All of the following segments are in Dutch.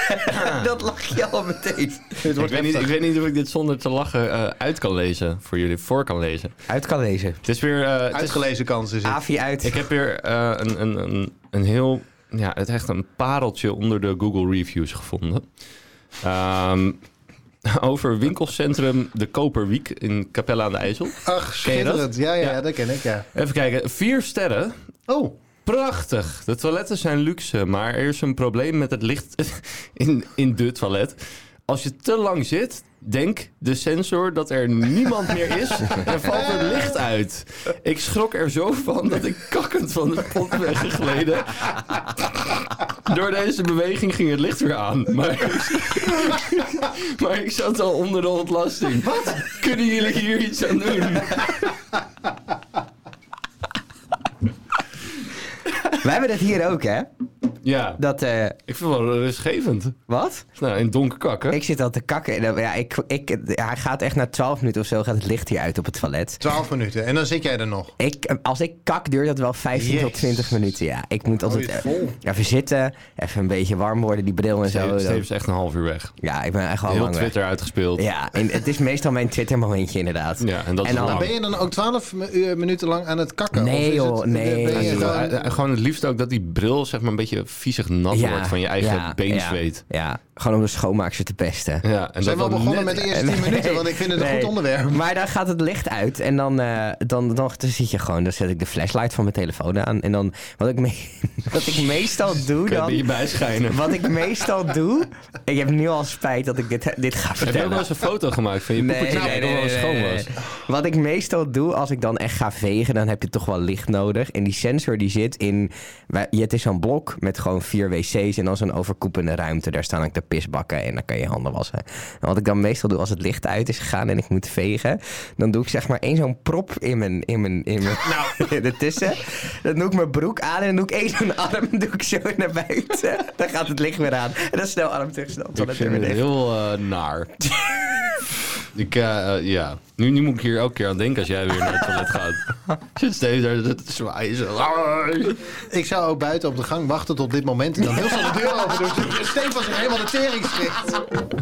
Dat lach je al meteen. Ik weet niet of ik dit zonder te lachen uit kan lezen. Voor jullie, voor kan lezen. Uit kan lezen. Het is weer... Uitgelezen kans is het. AVI uit. Ik heb weer een heel... Ja, het is echt een pareltje onder de Google reviews gevonden. Over winkelcentrum De Koperwiek in Capelle aan de IJssel. Ach, schitterend. Ja, dat ken ik, ja. Even kijken, 4 sterren. Oh. Prachtig. De toiletten zijn luxe, maar er is een probleem met het licht in de toilet. Als je te lang zit, denk de sensor dat er niemand meer is en valt het licht uit. Ik schrok er zo van dat ik kakkend van de pot ben gegleden. Door deze beweging ging het licht weer aan. Maar ik zat al onder de ontlasting. Wat? Kunnen jullie hier iets aan doen? Wij hebben dat hier ook, hè? Ja, Dat, ik vind het wel rustgevend. Wat? Nou, in donker kakken. Ik zit al te kakken. En hij gaat echt na 12 minuten of zo gaat het licht hier uit op het toilet. 12 minuten. En dan zit jij er nog. Als ik kak, duurt dat wel 15 tot 20 minuten. Ja, ik moet altijd even zitten, even een beetje warm worden, die bril en zo. Steve is echt een half uur weg. Ja, ik ben echt al heel lang Twitter weg. Uitgespeeld. Ja, en het is meestal mijn Twitter-momentje inderdaad. Ja, en dat is Maar ben je dan ook 12 minuten lang aan het kakken? Nee, joh, nee. Gewoon het liefst ook dat die bril zeg maar een beetje viezig nat wordt van je eigen beenzweet. Ja, gewoon om de schoonmaakster te pesten. Ja, en zijn we al begonnen met de eerste 10 minuten, want ik vind het een goed onderwerp. Maar dan gaat het licht uit en dan zit je gewoon, dan zet ik de flashlight van mijn telefoon aan. En dan, wat ik meestal doe dan... Kun je bijschijnen. Wat ik meestal doe, ik heb nu al spijt dat ik dit ga vertellen. Heb je ook wel eens een foto gemaakt van je poepertje dat al schoon was? Wat ik meestal doe, als ik dan echt ga vegen, dan heb je toch wel licht nodig. En die sensor die zit in... Het is zo'n blok met gewoon 4 wc's en dan zo'n overkoepelende ruimte. Daar staan ook de pisbakken en dan kan je handen wassen. En wat ik dan meestal doe als het licht uit is gegaan en ik moet vegen, dan doe ik zeg maar 1 zo'n prop in mijn ertussen. Dan doe ik mijn broek aan en dan doe ik 1 zo'n arm doe ik zo naar buiten. Dan gaat het licht weer aan. En dan snel arm terug, snel. Ik vind het heel naar. Nu moet ik hier elke keer aan denken als jij weer naar het toilet gaat. Zit steeds daar te zwaaien. Ik zou ook buiten op de gang wachten tot dit moment en dan heel snel de deur open doen. Steve was zich helemaal de tering schrikt.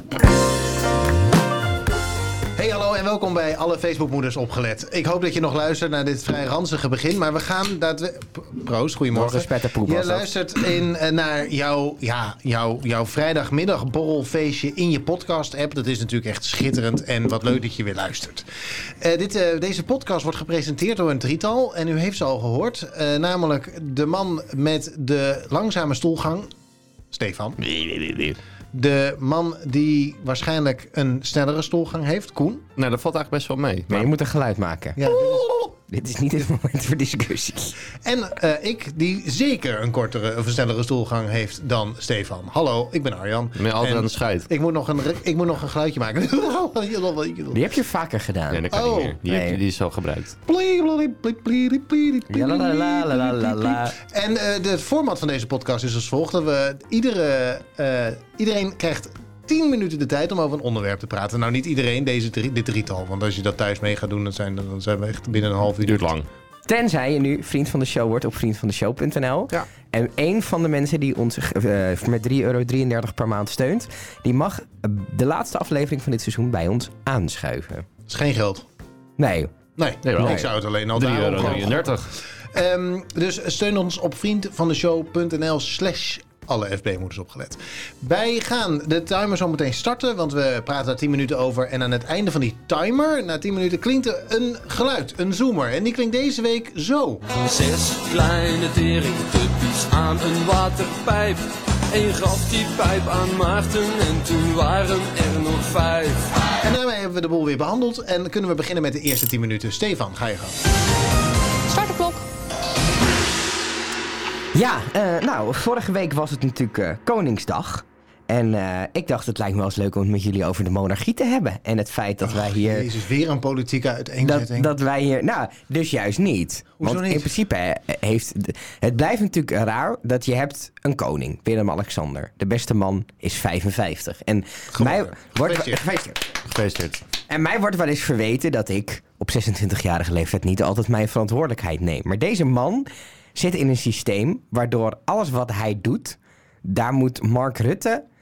Hey, hallo en welkom bij alle Facebookmoeders opgelet. Ik hoop dat je nog luistert naar dit vrij ranzige begin, maar we gaan... Proost, goedemorgen. Je luistert naar jouw vrijdagmiddag borrelfeestje in je podcast-app. Dat is natuurlijk echt schitterend en wat leuk dat je weer luistert. Deze podcast wordt gepresenteerd door een drietal en u heeft ze al gehoord. Namelijk de man met de langzame stoelgang, Stefan. De man die waarschijnlijk een snellere stoelgang heeft, Koen. Nou, dat valt eigenlijk best wel mee. Maar je moet een geluid maken. Ja, dit is niet het moment voor discussie. En ik, die zeker een kortere of een snellere stoelgang heeft dan Stefan. Hallo, ik ben Arjan. Ben je altijd aan de scheid? Ik moet nog een geluidje maken. Die heb je vaker gedaan. Nee, dat kan niet meer. Die is al gebruikt. En de format van deze podcast is als volgt. Dat we iedereen krijgt 10 minuten de tijd om over een onderwerp te praten. Nou, niet iedereen, dit drietal. Want als je dat thuis mee gaat doen, dan zijn we echt binnen een half uur. Duurt lang. Tenzij je nu vriend van de show wordt op vriendvandeshow.nl. Ja. En een van de mensen die ons met €3,33 per maand steunt, die mag de laatste aflevering van dit seizoen bij ons aanschuiven. Dat is geen geld. Nee. Nee, ik zou het alleen al €3,33. Dus steun ons op vriendvandeshow.nl/ alle FB-moeders opgelet. Wij gaan de timer zo meteen starten, want we praten daar 10 minuten over. En aan het einde van die timer, na 10 minuten, klinkt er een geluid, een zoomer. En die klinkt deze week zo. 6 kleine teringtuppies aan een waterpijp. Eén gaf die pijp aan Maarten en toen waren er nog 5. En daarmee hebben we de boel weer behandeld en kunnen we beginnen met de eerste 10 minuten. Stefan, ga je gang. Start de klok. Ja, vorige week was het natuurlijk Koningsdag. En ik dacht, het lijkt me wel eens leuk om het met jullie over de monarchie te hebben. En het feit dat wij hier... Jezus, weer een politieke uiteenzetting. Dat wij hier... Nou, dus juist niet. Hoezo Want niet? in principe het blijft natuurlijk raar dat je hebt een koning, Willem-Alexander. De beste man is 55. En mij wordt... Gefeliciteerd. En mij wordt wel eens verweten dat ik op 26-jarige leeftijd niet altijd mijn verantwoordelijkheid neem. Maar deze man zit in een systeem waardoor alles wat hij doet, daar moet Mark Rutte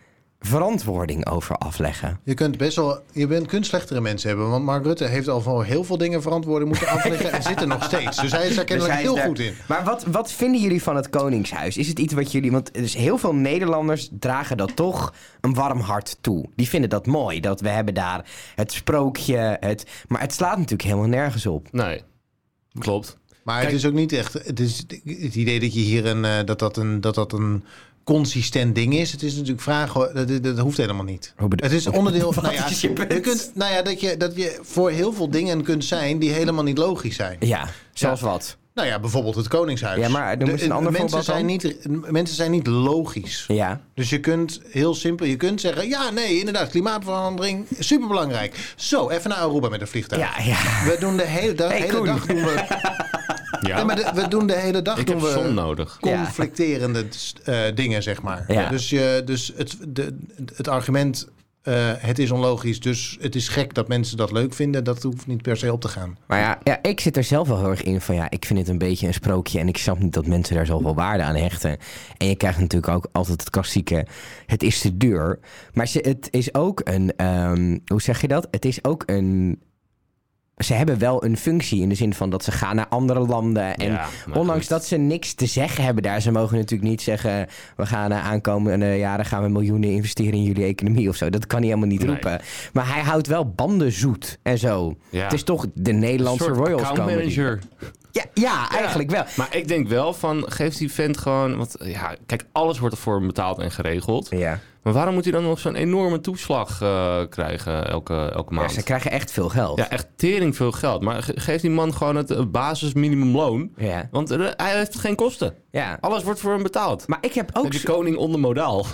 verantwoording over afleggen. Je kunt slechtere mensen hebben. Want Mark Rutte heeft al voor heel veel dingen verantwoording moeten afleggen. En zit er nog steeds. Dus hij is daar kennelijk heel goed in. Maar wat vinden jullie van het Koningshuis? Is het iets wat jullie... Want dus heel veel Nederlanders dragen dat toch een warm hart toe. Die vinden dat mooi. Dat we hebben daar het sprookje. Maar het slaat natuurlijk helemaal nergens op. Nee, klopt. Maar het is ook niet echt... Het idee dat je hier dat een consistent ding is. Het is natuurlijk vragen... Dat hoeft helemaal niet. Het is onderdeel van... dat je voor heel veel dingen kunt zijn die helemaal niet logisch zijn. Ja, zoals wat? Nou ja, bijvoorbeeld het Koningshuis. Ja, maar noem eens een ander voorbeeld dan. Mensen zijn niet logisch. Ja. Dus je kunt heel simpel... Je kunt zeggen... Ja, nee, inderdaad. Klimaatverandering. Superbelangrijk. Zo, even naar Aruba met een vliegtuig. Ja. We doen de hele dag... dag doen we... Ja. Nee, maar we doen de hele dag Ik heb zon nodig. Conflicterende dingen, zeg maar. Ja. Dus het argument... het is onlogisch, dus het is gek dat mensen dat leuk vinden. Dat hoeft niet per se op te gaan. Maar ja, ik zit er zelf wel heel erg in van... ik vind het een beetje een sprookje... en ik snap niet dat mensen daar zoveel waarde aan hechten. En je krijgt natuurlijk ook altijd het klassieke... het is te duur. Maar het is ook een... hoe zeg je dat? Het is ook een... Ze hebben wel een functie in de zin van dat ze gaan naar andere landen. En ondanks dat ze niks te zeggen hebben daar... ze mogen natuurlijk niet zeggen... we gaan aankomende jaren gaan we miljoenen investeren in jullie economie of zo. Dat kan hij helemaal niet roepen. Maar hij houdt wel banden zoet en zo. Ja. Het is toch de Nederlandse Royals manager. Ja, eigenlijk wel. Maar ik denk wel van, geef die vent gewoon... Want kijk, alles wordt ervoor betaald en geregeld. Ja. Maar waarom moet hij dan nog zo'n enorme toeslag krijgen elke maand? Ja, ze krijgen echt veel geld. Ja, echt tering veel geld. Maar geef die man gewoon het basisminimumloon. Ja. Want hij heeft geen kosten. Ja. Alles wordt voor hem betaald. Maar ik heb ook... De koning onder modaal.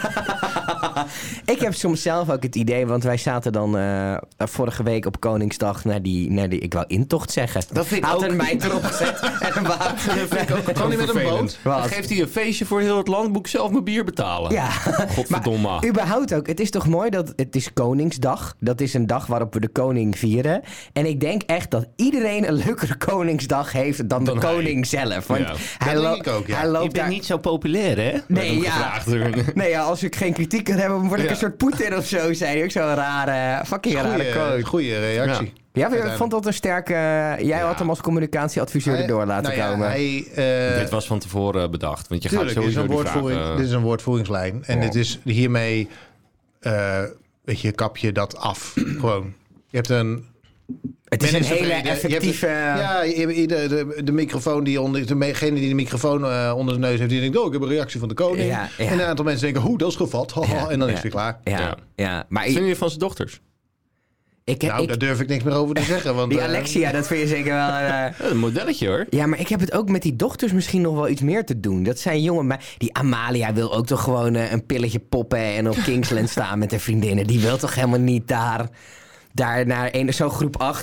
Ik heb soms zelf ook het idee, want wij zaten dan vorige week op Koningsdag naar die ik wou intocht zeggen. Dat vind ik ook. Had een meid erop gezet en een water. Dat vind ik ook. Kan hij met een boot? Dan geeft hij een feestje voor heel het land, moet ik zelf mijn bier betalen. Ja. Godverdomme. Maar überhaupt ook, het is toch mooi dat het is Koningsdag. Dat is een dag waarop we de koning vieren. En ik denk echt dat iedereen een leukere Koningsdag heeft dan de koning zelf. Want hij loopt daar niet zo populair, hè? Nee, als ik geen kritiek kan hebben, word ik een soort Poetin of zo, zei hij. Ook zo'n rare quote. Goeie reactie. Ja, ik vond dat een sterke... Jij had hem als communicatieadviseur erdoor laten komen. Dit was van tevoren bedacht. Want je gaat sowieso dit is een woordvoeringslijn. En dit is hiermee... kap je dat af. Gewoon. Je hebt een... Het is een hele effectieve... De microfoon degene die de microfoon onder de neus heeft, die denkt, ik heb een reactie van de koning. Ja. En een aantal mensen denken, dat is gevat. En dan is het weer klaar. Ja. Maar vind je van zijn dochters? Daar durf ik niks meer over te zeggen. Want, die Alexia, dat vind je zeker wel... een modelletje hoor. Ja, maar ik heb het ook met die dochters misschien nog wel iets meer te doen. Dat zijn jongen... Maar die Amalia wil ook toch gewoon een pilletje poppen en op Kingsland staan met haar vriendinnen. Die wil toch helemaal niet daar naar zo'n groep 8.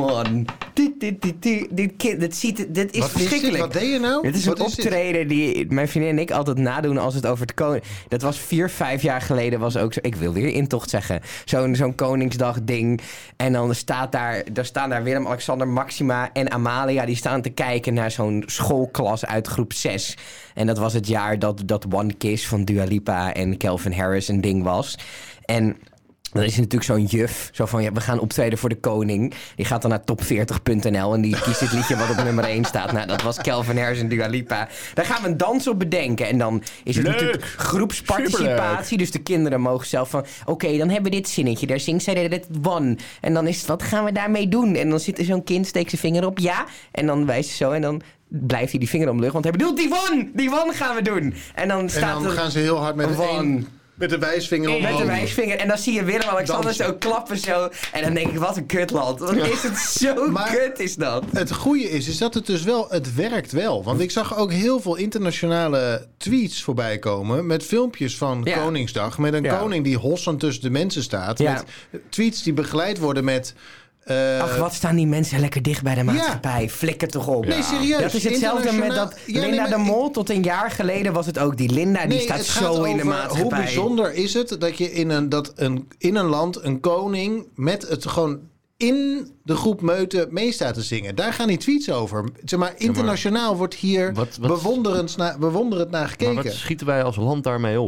Dit is verschrikkelijk. Wat deed je nou? Dit is een optreden die mijn vriendin en ik altijd nadoen als het over het koning... Dat was 4-5 jaar geleden was ook zo... Ik wil weer intocht zeggen. Zo'n Koningsdag ding. En dan staan daar Willem-Alexander, Maxima en Amalia... die staan te kijken naar zo'n schoolklas uit groep 6. En dat was het jaar dat One Kiss van Dua Lipa en Calvin Harris een ding was. En... Dan is er natuurlijk zo'n juf, zo van, we gaan optreden voor de koning. Die gaat dan naar top40.nl en die kiest het liedje wat op nummer 1 staat. Nou, dat was Calvin Harris en Dua Lipa. Daar gaan we een dans op bedenken. En dan is het natuurlijk groepsparticipatie. Superleuk. Dus de kinderen mogen zelf van, oké, dan hebben we dit zinnetje. Daar zingt zij dit one. En dan is het, wat gaan we daarmee doen? En dan zit er zo'n kind, steekt zijn vinger op, ja. En dan wijst ze zo en dan... blijft hij die vinger omlucht, want hij bedoelt die one gaan we doen. En dan gaan ze heel hard met one. Met de wijsvinger omhoog. Met de wijsvinger. En dan zie je Willem-Alexander zo klappen zo. En dan denk ik, wat een kutland. Wat is het zo kut is dat. Het goede is dat het dus wel... Het werkt wel. Want ik zag ook heel veel internationale tweets voorbij komen... met filmpjes van Koningsdag. Met een koning die hossend tussen de mensen staat. Ja. Met tweets die begeleid worden met... Ach, wat staan die mensen lekker dicht bij de maatschappij. Ja. Flikker toch op. Nee, serieus. Dat is hetzelfde met dat Linda de Mol. Tot een jaar geleden was het ook. Die Linda, die staat zo in de maatschappij. Hoe bijzonder is het dat je in een land een koning met het gewoon in de groep meute mee staat te zingen. Daar gaan die tweets over. Zeg maar, internationaal wordt hier bewonderend naar gekeken. Maar wat schieten wij als land daarmee op?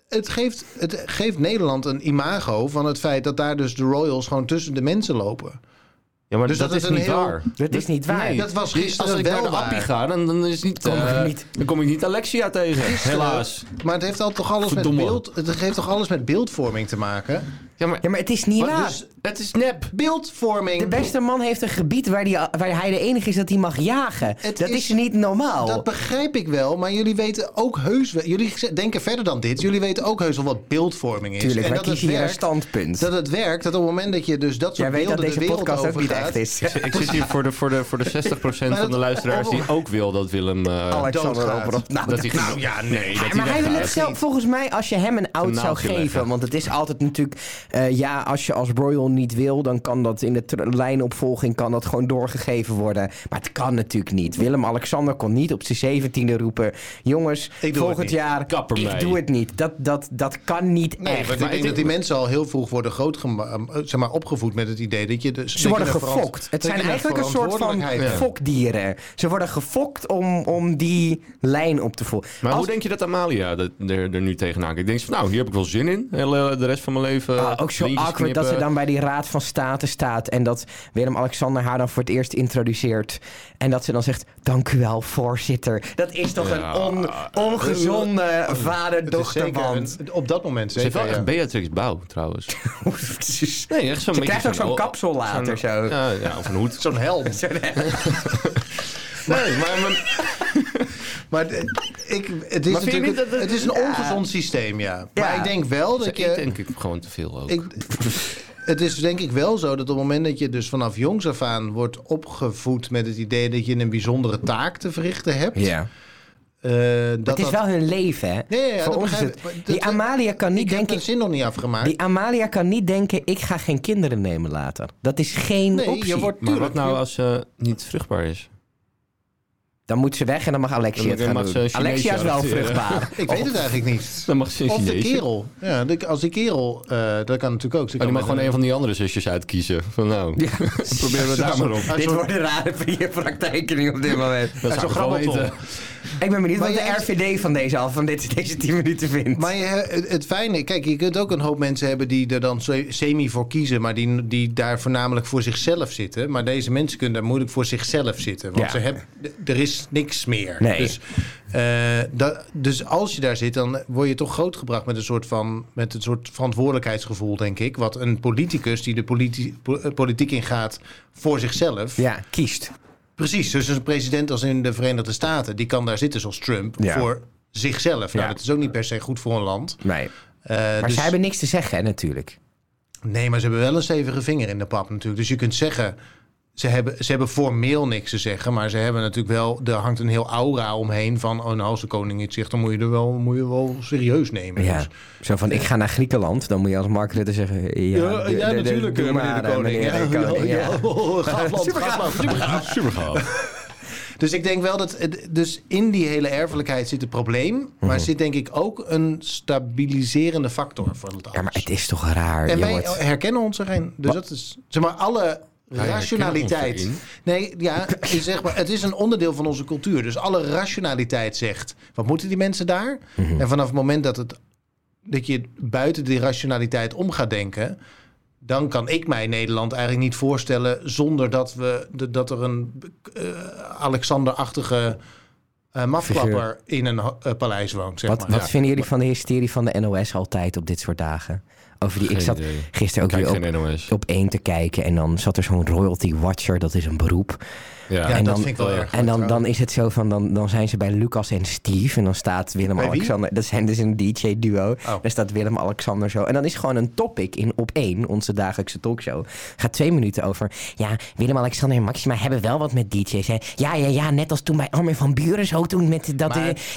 het geeft Nederland een imago van het feit dat daar dus de royals gewoon tussen de mensen lopen. Ja, maar dus dat is niet waar. Dat is niet waar. Nee, dat was gisteren als ik wel naar de waar. appie ga, dan is niet, dan kom ik niet Alexia tegen. Gisteren, helaas. Maar het heeft al toch alles Verdomme. met beeld. Het heeft toch alles met beeldvorming te maken. Ja, maar het is niet waar. dus, het is nep. Beeldvorming. De beste man heeft een gebied waar hij de enige is dat hij mag jagen. Dat is niet normaal. Dat begrijp ik wel, maar jullie weten ook heus wel. Jullie denken verder dan dit. Jullie weten ook heus wel wat beeldvorming is. Tuurlijk, en wij dat het kiezen hier een werkt. standpunt. Dat het werkt, dat op het moment dat je dus dat soort Jij weet beelden dat de deze wereld podcast ook niet overgaat, echt is. Ik zit hier voor de 60% van de luisteraars die ook wil dat Willem... Alexander doodgaat. Operop. dat hij Maar hij wil het zelf, volgens mij, als je hem een oud zou naaldje geven. leggen. Want het is altijd natuurlijk... als je als royal niet wil, dan kan dat in de lijnopvolging kan dat gewoon doorgegeven worden. Maar het kan natuurlijk niet. Willem-Alexander kon niet op zijn 17e roepen. Jongens, volgend jaar, ik doe het niet. Dat kan niet echt. Maar ik denk dat die mensen al heel vroeg worden opgevoed met het idee dat je... Ze worden gefokt. Het zijn eigenlijk een soort van fokdieren. Ze worden gefokt om die lijn op te volgen. Maar hoe denk je dat Amalia er nu tegenaan kijkt? Denk je van, nou, hier heb ik wel zin in. De rest van mijn leven. Ook zo awkward dat ze dan bij die Raad van State staat en dat Willem-Alexander haar dan voor het eerst introduceert. En dat ze dan zegt, dank u wel, voorzitter. Dat is toch een ongezonde vader-dochterband. Op dat moment zeker. Ze heeft wel echt Beatrix Bouw, trouwens. Nee, echt zo'n ze krijgt ook zo'n kapsel later. Ja, of een hoed. Zo'n helm. Nee, maar het is natuurlijk het is een ongezond systeem, ja. Maar ik denk wel dat je... denk ik gewoon te veel ook. Het is denk ik wel zo dat op het moment dat je dus vanaf jongs af aan wordt opgevoed met het idee dat je een bijzondere taak te verrichten hebt. Ja. Het is wel hun leven, hè? Nee, voor ons is het. Die Amalia kan niet denken... Ik heb de zin nog niet afgemaakt. Die Amalia kan niet denken, ik ga geen kinderen nemen later. Dat is geen optie. Maar wat nou als ze niet vruchtbaar is? Dan moet ze weg en dan mag Alexia het gaan doen. Alexia is wel vruchtbaar. Ik weet het eigenlijk niet. Dan mag ze of de kerel. Ja, als die kerel... dat kan natuurlijk ook. Die mag gewoon een van die andere zusjes uitkiezen. Van nou, proberen we daar maar op. Dit worden rare praktijken nu op dit moment. Dat zou ik wel weten. Ik ben benieuwd wat de RVD van deze 10 minuten vindt. Maar het fijne... Kijk, je kunt ook een hoop mensen hebben die er dan semi voor kiezen. Maar die daar voornamelijk voor zichzelf zitten. Maar deze mensen kunnen daar moeilijk voor zichzelf zitten. Want er is niks meer. Nee. Dus als je daar zit, dan word je toch grootgebracht met een soort verantwoordelijkheidsgevoel, denk ik. Wat een politicus die de politiek ingaat voor zichzelf... Ja, kiest. Precies, dus een president als in de Verenigde Staten... die kan daar zitten zoals Trump voor zichzelf. Nou, dat is ook niet per se goed voor een land. Nee. Maar zij hebben niks te zeggen, hè, natuurlijk. Nee, maar ze hebben wel een stevige vinger in de pap natuurlijk. Dus je kunt zeggen... Ze hebben formeel niks te zeggen, maar ze hebben natuurlijk wel... Er hangt een heel aura omheen van... als de koning iets zegt, dan moet je wel serieus nemen. Ja, dus, zo van, ik ga naar Griekenland. Dan moet je als Mark Rutte zeggen... Ja, natuurlijk, meneer de koning. Gaaf. Super gaaf. Dus ik denk wel dat... Dus in die hele erfelijkheid zit een probleem... maar zit denk ik ook een stabiliserende factor voor het alles. Ja, maar het is toch raar. En wij herkennen ons erin. Dus dat is... Zeg maar, alle... rationaliteit. Nee, ja, zeg maar, het is een onderdeel van onze cultuur. Dus alle rationaliteit zegt, wat moeten die mensen daar? En vanaf het moment dat je buiten die rationaliteit om gaat denken... dan kan ik mij Nederland eigenlijk niet voorstellen... zonder dat er een Alexander-achtige mafklapper in een paleis woont. Zeg maar. Wat vinden jullie van de hysterie van de NOS altijd op dit soort dagen? Ik zat gisteren ook weer op 1 te kijken en dan zat er zo'n royalty watcher, dat is een beroep. Ja, en dat vind ik wel erg. En dan is het zo van, dan zijn ze bij Lucas en Steve en dan staat Willem-Alexander, dat zijn dus een DJ-duo. Daar staat Willem-Alexander zo. En dan is gewoon een topic in Op 1, onze dagelijkse talkshow. Gaat 2 minuten over, ja, Willem-Alexander en Maxima hebben wel wat met DJ's. Hè. Ja, net als toen bij Armin van Buuren zo toen met dat...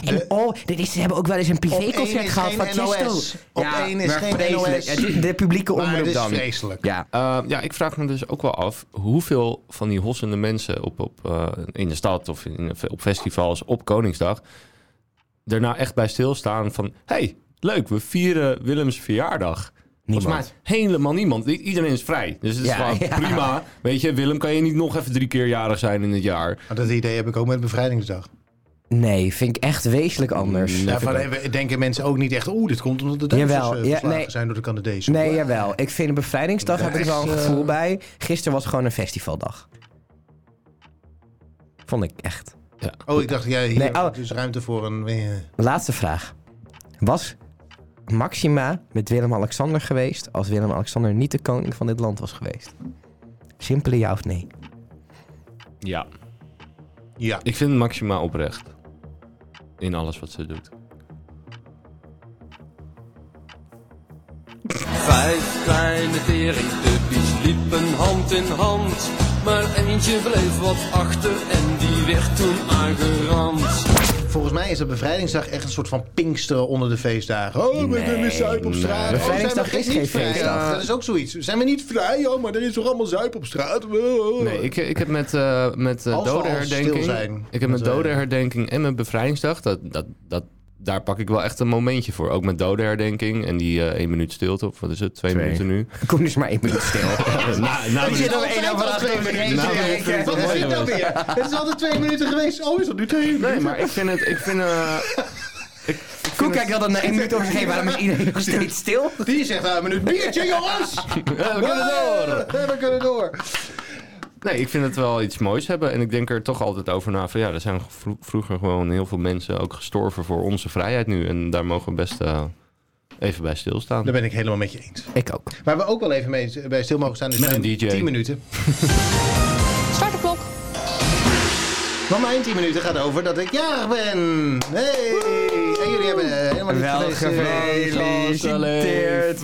ze hebben ook wel eens een privéconcert gehad van Chesto. Op 1 is geen NOS. De publieke omroep dan. Het is vreselijk. Ja, ik vraag me dus ook wel af hoeveel van die hossende mensen in de stad of op festivals op Koningsdag er nou echt bij stilstaan van... hey, leuk, we vieren Willems verjaardag. Volgens mij helemaal niemand. Iedereen is vrij. Dus het is gewoon prima. Weet je, Willem, kan je niet nog even 3 keer jarig zijn in het jaar? Maar dat idee heb ik ook met Bevrijdingsdag. Nee, vind ik echt wezenlijk anders. Denken mensen ook niet echt... dit komt omdat de Duitsers verslagen zijn door de Canadezen. Nee, jawel. Ik vind een bevrijdingsdag heb ik wel een gevoel bij. Gisteren was gewoon een festivaldag. Vond ik echt. Ja. Ik dacht, hier dus ruimte voor een... Laatste vraag. Was Maxima met Willem-Alexander geweest... als Willem-Alexander niet de koning van dit land was geweest? Simpele ja of nee? Ja. Ik vind Maxima oprecht. In alles wat ze doet. 5 kleine teringtuppies liepen hand in hand. Maar eentje bleef wat achter en die werd toen aangerand. Volgens mij is de bevrijdingsdag echt een soort van Pinksteren onder de feestdagen. We kunnen weer zuip op straat. Bevrijdingsdag is geen feestdag. Dat is ook zoiets. Zijn we niet vrij? Maar er is toch allemaal zuip op straat? Nee, ik heb met dodenherdenking... Ik heb met dodenherdenking en met bevrijdingsdag... Daar pak ik wel echt een momentje voor. Ook met dodenherdenking en die 1 minuut stilte. Of wat is het? 2 minuten nu. Kom dus maar 1 minuut stil. Je zit al 1 over 2 minuten. Wat is dit nou weer? Het is altijd 2 minuten geweest. Is dat nu 2 minuten? Nee, maar ik vind Koen kijkt wel dat na 1 minuut over zich heen. Waarom is iedereen nog steeds stil? Die zegt een minuut biertje, jongens! We kunnen door. Nee, ik vind het wel iets moois hebben. En ik denk er toch altijd over na. Van, er zijn vroeger gewoon heel veel mensen ook gestorven voor onze vrijheid nu. En daar mogen we best even bij stilstaan. Daar ben ik helemaal met je eens. Ik ook. Waar we ook wel even bij stil mogen staan is met een DJ. 10 minuten. Start de klok. Want mijn 10 minuten gaat over dat ik jarig ben. Hey! En jullie hebben helemaal niet gefeliciteerd.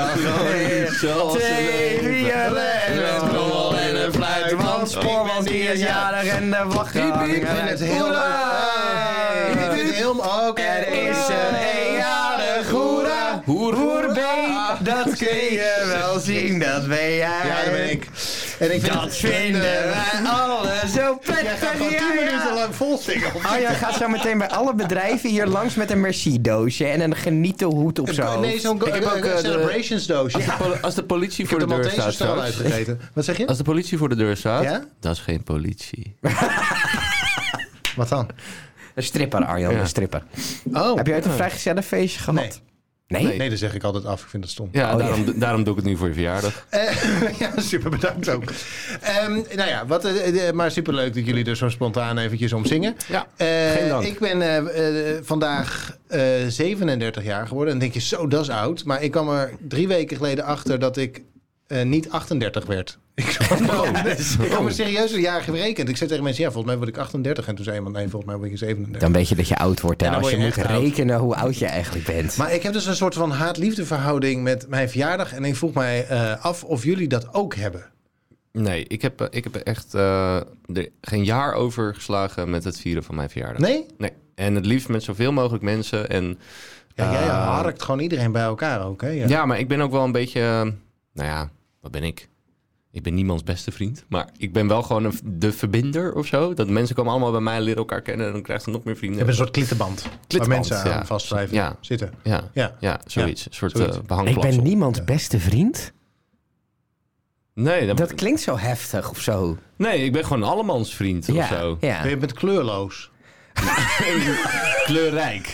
En een fluit, want Spoorman die is jarig en de wacht. Ik vind het heel leuk. Ik vind het heel... Er is een eenjarig hoera. Hoerbee, dat kun je wel zien, dat ben jij. Ja, dat ben ik. En ik dat vinden wij alle zo prettig. Jij gaat gewoon 10 minuten lang vol zingen. Jij gaat zo meteen bij alle bedrijven hier langs met een Merci-doosje en een genietenhoed op zo. Nee, zo'n celebrations doosje. Als de politie voor de deur staat straks. Wat zeg je? Als de politie voor de deur staat, dat is geen politie. Wat dan? Een stripper, Arjan, een stripper. Heb je ooit een vrijgezellenfeestje gehad? Nee, dat zeg ik altijd af. Ik vind dat stom. Ja, daarom doe ik het nu voor je verjaardag. Ja, super bedankt ook. Maar superleuk dat jullie er zo spontaan eventjes om zingen. Ja, geen dank. Ik ben vandaag 37 jaar geworden. En dan denk je, zo, dat is oud. Maar ik kwam er 3 weken geleden achter dat ik niet 38 werd. Ik heb me serieus een jaar gerekend. Ik zei tegen mensen, volgens mij word ik 38. En toen zei iemand, nee, volgens mij word je 37. Dan weet je dat je oud wordt. Als je moet rekenen hoe oud je eigenlijk bent. Maar ik heb dus een soort van haat-liefde verhouding met mijn verjaardag. En ik vroeg mij af of jullie dat ook hebben. Nee, ik heb echt geen jaar over geslagen met het vieren van mijn verjaardag. Nee? Nee. En het liefst met zoveel mogelijk mensen. En, jij harkt gewoon iedereen bij elkaar ook, hè? Ja, maar ik ben ook wel een beetje... wat ben ik? Ik ben niemands beste vriend. Maar ik ben wel gewoon de verbinder of zo. Dat mensen komen allemaal bij mij, leren elkaar kennen... en dan krijg je nog meer vrienden. Je hebt een soort klittenband. Waar mensen aan vast blijven zitten. Ja, zoiets. Een soort behangplapsel. Ik ben niemands beste vriend? Nee. Dat klinkt zo heftig of zo. Nee, ik ben gewoon een allemans vriend of zo. Ja. Je bent kleurloos. Kleurrijk.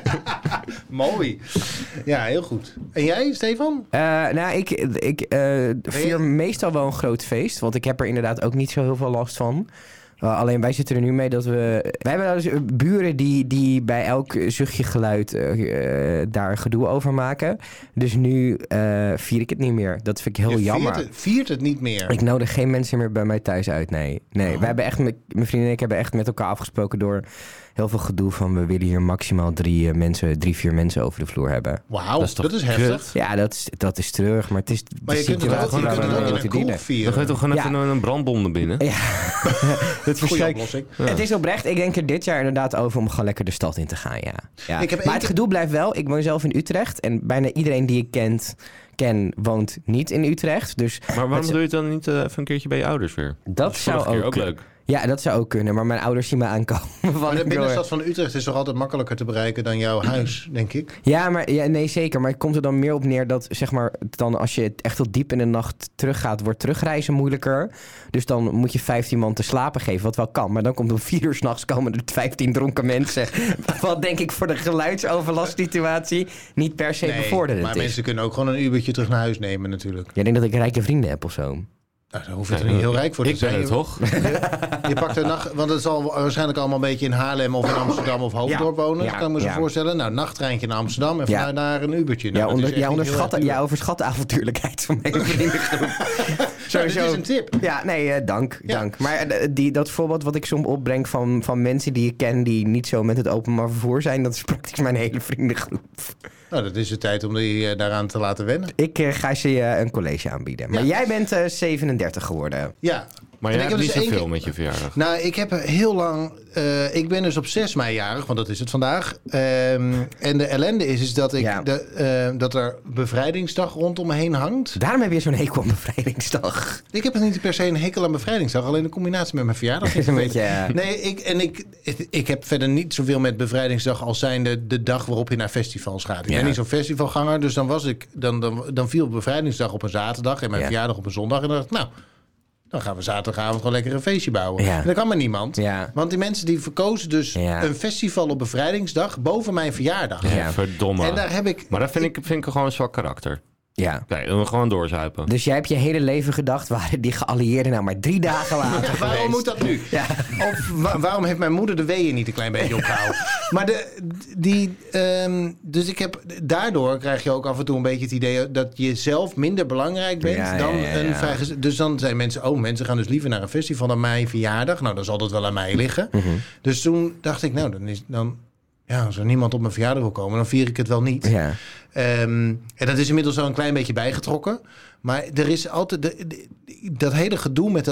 Mooi. Ja, heel goed. En jij, Stefan? Ik vier meestal wel een groot feest. Want ik heb er inderdaad ook niet zo heel veel last van. Alleen wij zitten er nu mee dat wij hebben dus buren die bij elk zuchtje geluid daar gedoe over maken. Dus nu vier ik het niet meer. Dat vind ik heel jammer. Viert het niet meer? Ik nodig geen mensen meer bij mij thuis uit, nee. Wij hebben echt, mijn vriendin en ik hebben echt met elkaar afgesproken door heel veel gedoe van we willen hier maximaal 3, 4 mensen over de vloer hebben. Wauw, dat is heftig. Ja, dat is treurig, maar het is maar je kunt het ook in een kroeg vieren. Dan ga je toch gewoon even een brandbom naar binnen? Ja, dat is oplossing. Ja. Het is oprecht, ik denk er dit jaar inderdaad over om gewoon lekker de stad in te gaan, ja. Maar het gedoe blijft wel, ik woon zelf in Utrecht en bijna iedereen die ik ken woont niet in Utrecht. Dus maar waarom doe je het dan niet even een keertje bij je ouders weer? Dat zou ook leuk. Ja, dat zou ook kunnen. Maar mijn ouders zien me aankomen. Maar de binnenstad van Utrecht is toch altijd makkelijker te bereiken dan jouw huis, denk ik? Ja, nee, zeker. Maar het komt er dan meer op neer dat, zeg maar, dan als je echt tot diep in de nacht teruggaat, wordt terugreizen moeilijker. Dus dan moet je 15 man te slapen geven, wat wel kan. Maar dan komt om 4 uur 's nachts komen er 15 dronken mensen. Wat denk ik voor de geluidsoverlastsituatie niet per se bevorderend is. Maar mensen kunnen ook gewoon een uurtje terug naar huis nemen natuurlijk. Jij denkt dat ik rijke vrienden heb of zo? Nou, daar hoef je er niet heel rijk voor te zijn. Ik ben het toch? Je pakt een nacht, want het zal waarschijnlijk allemaal een beetje in Haarlem of in Amsterdam of Hoofddorp wonen. Kan ik me zo voorstellen. Nou, nachttreintje naar Amsterdam en vanuit daar een Ubertje. Nou, jij overschat de avontuurlijkheid van mijn vriendengroep. Sowieso. Dat is een tip. Ja, nee, dank. Maar dat voorbeeld wat ik soms opbreng van mensen die ik ken die niet zo met het openbaar vervoer zijn, dat is praktisch mijn hele vriendengroep. Nou, dat is de tijd om die daaraan te laten wennen. Ik ga ze een college aanbieden. Maar jij bent 37 geworden. Ja. Maar jij hebt niet zoveel met je verjaardag. Nou, ik heb heel lang... ik ben dus op 6 mei jarig, want dat is het vandaag. En de ellende is dat ik dat er bevrijdingsdag rondom me heen hangt. Daarom heb je zo'n hekel aan bevrijdingsdag. Ik heb niet per se een hekel aan bevrijdingsdag. Alleen de combinatie met mijn verjaardag is een beetje... Nee, ik heb verder niet zoveel met bevrijdingsdag als zijnde de dag waarop je naar festivals gaat. Ik ben niet zo'n festivalganger, dus dan viel bevrijdingsdag op een zaterdag en mijn verjaardag op een zondag. En dan dacht ik, nou... Dan gaan we zaterdagavond gewoon lekker een feestje bouwen. Ja. En dat kan maar niemand. Ja. Want die mensen die verkozen dus een festival op bevrijdingsdag boven mijn verjaardag. Ja, verdomme. En daar heb ik... Maar dat vind ik gewoon een zwak karakter. Ja. Kijk, we gewoon doorzuipen. Dus jij hebt je hele leven gedacht, waren die geallieerden nou maar 3 dagen later geweest? Waarom moet dat nu? Ja. Of waarom heeft mijn moeder de weeën niet een klein beetje opgehouden? Maar dus ik heb... Daardoor krijg je ook af en toe een beetje het idee dat je zelf minder belangrijk bent dan een vrijgezel. Dus dan zijn mensen, mensen gaan dus liever naar een festival dan mijn verjaardag. Nou, dan zal dat wel aan mij liggen. Mm-hmm. Dus toen dacht ik, nou, als er niemand op mijn verjaardag wil komen, dan vier ik het wel niet. Ja. En dat is inmiddels al een klein beetje bijgetrokken. Maar er is altijd dat hele gedoe met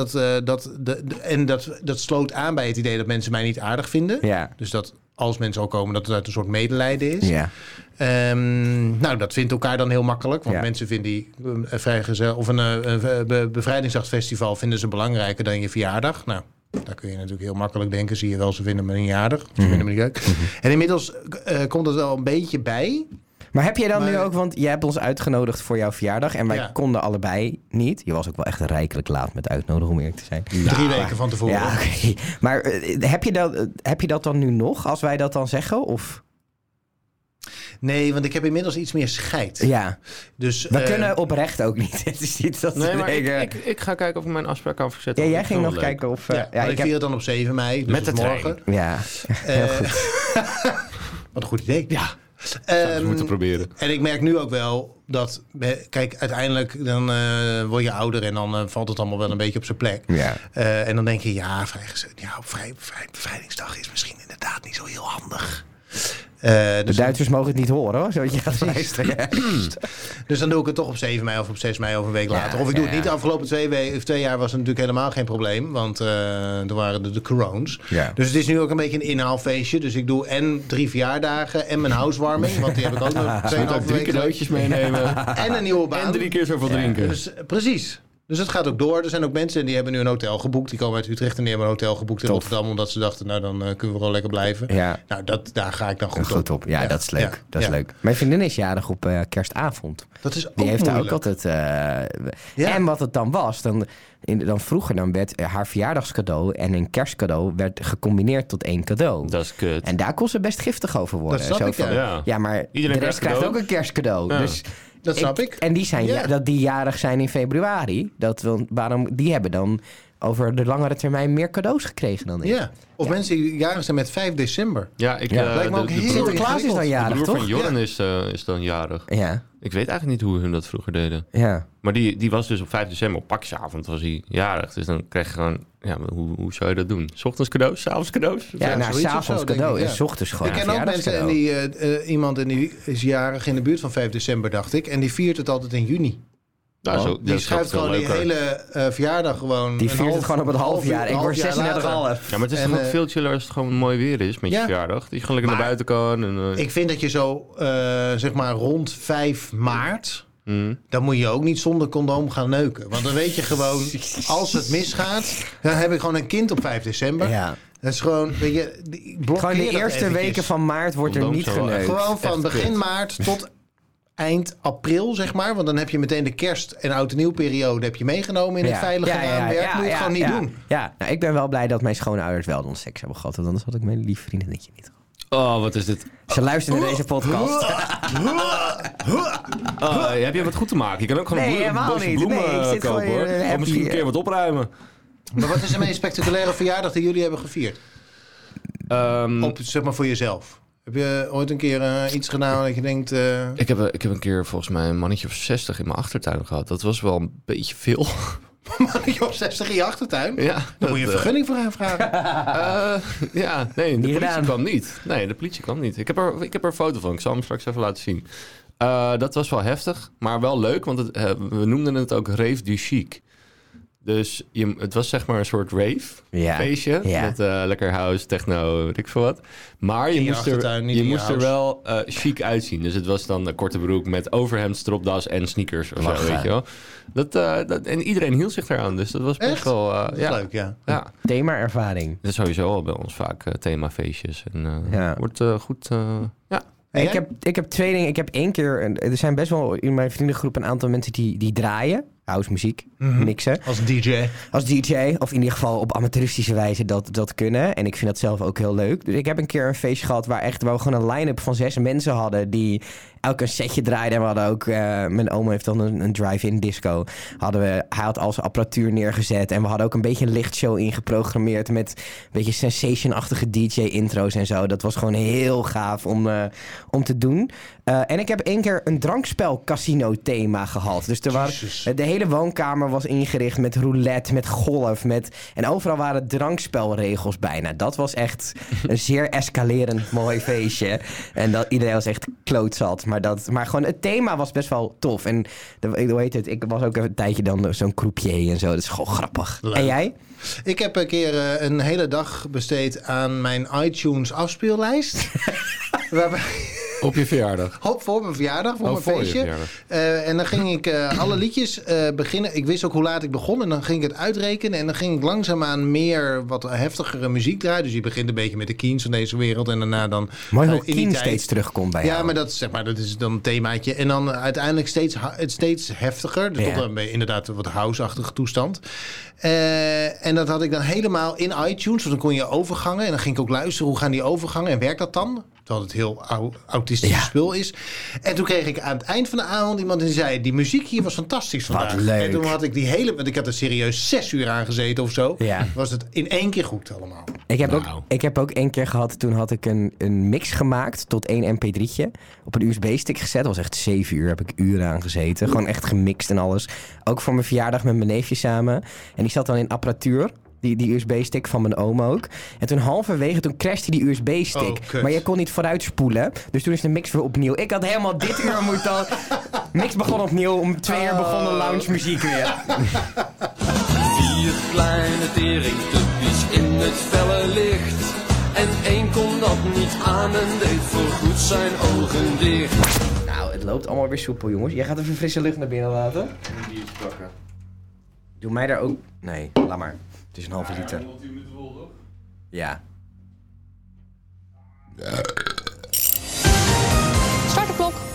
dat sloot aan bij het idee dat mensen mij niet aardig vinden. Ja. Dus dat als mensen al komen, dat het uit een soort medelijden is. Ja. Nou, dat vindt elkaar dan heel makkelijk. Want mensen vinden die vrijgezel of een bevrijdingsdagfestival vinden ze belangrijker dan je verjaardag. Nou, daar kun je natuurlijk heel makkelijk denken. Zie je wel, ze vinden me niet aardig. Ze vinden me niet leuk. En inmiddels komt het wel een beetje bij. Maar heb jij dan nu ook, want jij hebt ons uitgenodigd voor jouw verjaardag en wij konden allebei niet. Je was ook wel echt rijkelijk laat met uitnodigen, om eerlijk te zijn. 3 weken van tevoren. Ja, okay. Maar heb je dat dan nu nog, als wij dat dan zeggen? Of... Nee, want ik heb inmiddels iets meer scheid. Ja, dus we kunnen oprecht ook niet. Het is niet dat ik ga kijken of ik mijn afspraak kan verzetten. Ja, jij ging nog kijken of... ik vier het dan op 7 mei, dus met de morgen. Ja, heel goed. Wat een goed idee. Ja. Zou moeten proberen. En ik merk nu ook wel dat... Kijk, uiteindelijk dan word je ouder en dan valt het allemaal wel een beetje op zijn plek. Ja. En dan denk je, bevrijdingsdag is misschien inderdaad niet zo heel handig. De Duitsers mogen het niet horen, hoor. Zodat je gaat luisteren. Dus dan doe ik het toch op 7 mei of op 6 mei of een week later. Of ik doe het niet. De afgelopen 2 jaar was het natuurlijk helemaal geen probleem. Want er waren de corones. Ja. Dus het is nu ook een beetje een inhaalfeestje. Dus ik doe en 3 verjaardagen en mijn housewarming. Want die heb ik ook nog 2,5 weken. 3 cadeautjes meenemen. En een nieuwe baan. En 3 keer zoveel drinken. Dus, precies. Dus het gaat ook door. Er zijn ook mensen die hebben nu een hotel geboekt. Die komen uit Utrecht en die hebben een hotel geboekt in Rotterdam. Omdat ze dachten, nou dan kunnen we gewoon lekker blijven. Ja. Nou, daar ga ik dan goed op. Ja, dat is leuk. Ja. Dat is leuk. Mijn vriendin is jarig op kerstavond. Dat is ook die heeft moeilijk. Daar ook altijd... En wat het dan was, dan vroeger werd haar verjaardagscadeau en een kerstcadeau werd gecombineerd tot 1 cadeau. Dat is kut. En daar kon ze best giftig over worden. Dat snap ik, ja, maar iedereen de rest krijgt ook een kerstcadeau. Ja. Dus dat snap ik. En die zijn dat die jarig zijn in februari. Die hebben dan over de langere termijn meer cadeaus gekregen dan ik. Ja. Of mensen die jarig zijn met 5 december. Ja, lijkt me ook heel Sinterklaas is dan jarig, de broer toch? van Jorren is dan jarig. Ja. Ik weet eigenlijk niet hoe hun dat vroeger deden. Ja. Maar die was dus op 5 december, op pakjesavond was hij jarig. Dus dan krijg je gewoon... Ja, maar hoe zou je dat doen? 's Ochtends cadeaus, 's avonds cadeaus? Ja, 's avonds cadeau en 's ochtends gewoon. Ik ken ook mensen en iemand die is jarig in de buurt van 5 december, dacht ik. En die viert het altijd in juni. Nou, die schuift gewoon die hele verjaardag gewoon. Die viert het gewoon op het half jaar. Ik word 36,5. Ja, maar het is toch ook veel chiller als het gewoon mooi weer is met je verjaardag. Dat je gewoon lekker naar buiten kan. En, ik vind dat je zo, zeg maar rond 5 maart... dan moet je ook niet zonder condoom gaan neuken. Want dan weet je gewoon, als het misgaat, dan heb ik gewoon een kind op 5 december. Ja. Dat is gewoon, weet je, gewoon de eerste weken van maart wordt er niet geneukt. Gewoon van begin maart tot eind april, zeg maar. Want dan heb je meteen de kerst- en oud-en-nieuwperiode heb je meegenomen in het veilige raamwerk. Moet je het gewoon niet doen. Ja, nou, ik ben wel blij dat mijn schoonouders wel dan seks hebben gehad. Want anders had ik mijn lieve vriendinnetje niet gehad. Oh, wat is dit? Ze luisteren naar deze podcast. Heb je wat goed te maken? Je kan ook gewoon een bosje bloemen kopen, hoor. Of misschien een keer wat opruimen. Maar wat is de meest spectaculaire verjaardag die jullie hebben gevierd? Zeg maar voor jezelf. Heb je ooit een keer iets gedaan dat je denkt... Ik heb een keer volgens mij een mannetje of 60 in mijn achtertuin gehad. Dat was wel een beetje veel. Een mannetje of 60 in je achtertuin? Ja. Dan moet je een vergunning voor aanvragen. Nee, de politie kwam niet. Nee, de politie kwam niet. Ik heb er een foto van. Ik zal hem straks even laten zien. Dat was wel heftig, maar wel leuk. Want we noemden het ook Rave du Chic. Dus het was zeg maar een soort rave-feestje. Ja. Met lekker house, techno, weet ik veel wat. Maar je moest er wel chic uitzien. Dus het was dan een korte broek met overhemd, stropdas en sneakers of zo, weet je wel. En iedereen hield zich eraan. Dus dat was best wel... dat is leuk, ja. Thema-ervaring. Dat is sowieso al bij ons vaak themafeestjes. En wordt goed... Ik heb 2 dingen. Ik heb 1 keer... Er zijn best wel in mijn vriendengroep een aantal mensen die draaien. House muziek, mixen. Als DJ, of in ieder geval op amateuristische wijze dat kunnen. En ik vind dat zelf ook heel leuk. Dus ik heb een keer een feestje gehad waar we gewoon een line-up van 6 mensen hadden die elk een setje draaiden. En we hadden ook, mijn oma heeft dan een drive-in disco. Hij had al zijn apparatuur neergezet. En we hadden ook een beetje een lichtshow ingeprogrammeerd met een beetje sensation-achtige DJ-intro's en zo. Dat was gewoon heel gaaf om te doen. En ik heb 1 keer een drankspel-casino-thema gehad. Dus de hele woonkamer was ingericht met roulette, met golf. En overal waren drankspelregels bijna. Dat was echt een zeer escalerend mooi feestje. En iedereen was echt klootzat. Maar gewoon het thema was best wel tof. En hoe heet het? Ik was ook een tijdje dan zo'n croupier en zo. Dat is gewoon grappig. Leuk. En jij? Ik heb een keer een hele dag besteed aan mijn iTunes afspeellijst. Waarbij... Op je verjaardag? Voor mijn verjaardag, voor mijn feestje. En dan ging ik alle liedjes beginnen. Ik wist ook hoe laat ik begon. En dan ging ik het uitrekenen. En dan ging ik langzaamaan meer wat heftigere muziek draaien. Dus je begint een beetje met de Keens van deze wereld. En daarna dan... Mooi hoe Keens steeds terugkomt bij jou. Ja, maar dat is dan een themaatje. En dan uiteindelijk steeds heftiger. Dus tot dan inderdaad een wat house-achtige toestand. En dat had ik dan helemaal in iTunes. Want dan kon je overgangen. En dan ging ik ook luisteren. Hoe gaan die overgangen? En werkt dat dan? Terwijl het heel autistisch spul is. En toen kreeg ik aan het eind van de avond iemand die zei... die muziek hier was fantastisch vandaag. Wat leuk. En toen had ik want ik had er serieus 6 uur aan gezeten of zo. Ja. Was het in 1 keer goed allemaal. Ik heb ook 1 keer gehad... toen had ik een mix gemaakt tot 1 mp3'tje. Op een USB-stick gezet. Dat was echt 7 uur. Heb ik uren aan gezeten. Gewoon echt gemixt en alles. Ook voor mijn verjaardag met mijn neefje samen. En die zat dan in apparatuur... Die USB-stick van mijn oom ook. En toen halverwege, crashte die USB-stick. Maar je kon niet vooruit spoelen. Dus toen is de mix weer opnieuw. Ik had helemaal dit uur moeten... Mix begon opnieuw. Om 2 uur begon de lounge muziek weer. 4 kleine teringtuppies in het felle licht. En 1 kon dat niet aan en deed voorgoed zijn ogen dicht. Nou, het loopt allemaal weer soepel, jongens. Jij gaat even frisse lucht naar binnen laten. Een biertje pakken. Doe mij daar ook... Nee, laat maar. Het is een halve liter. Ja. Start de klok.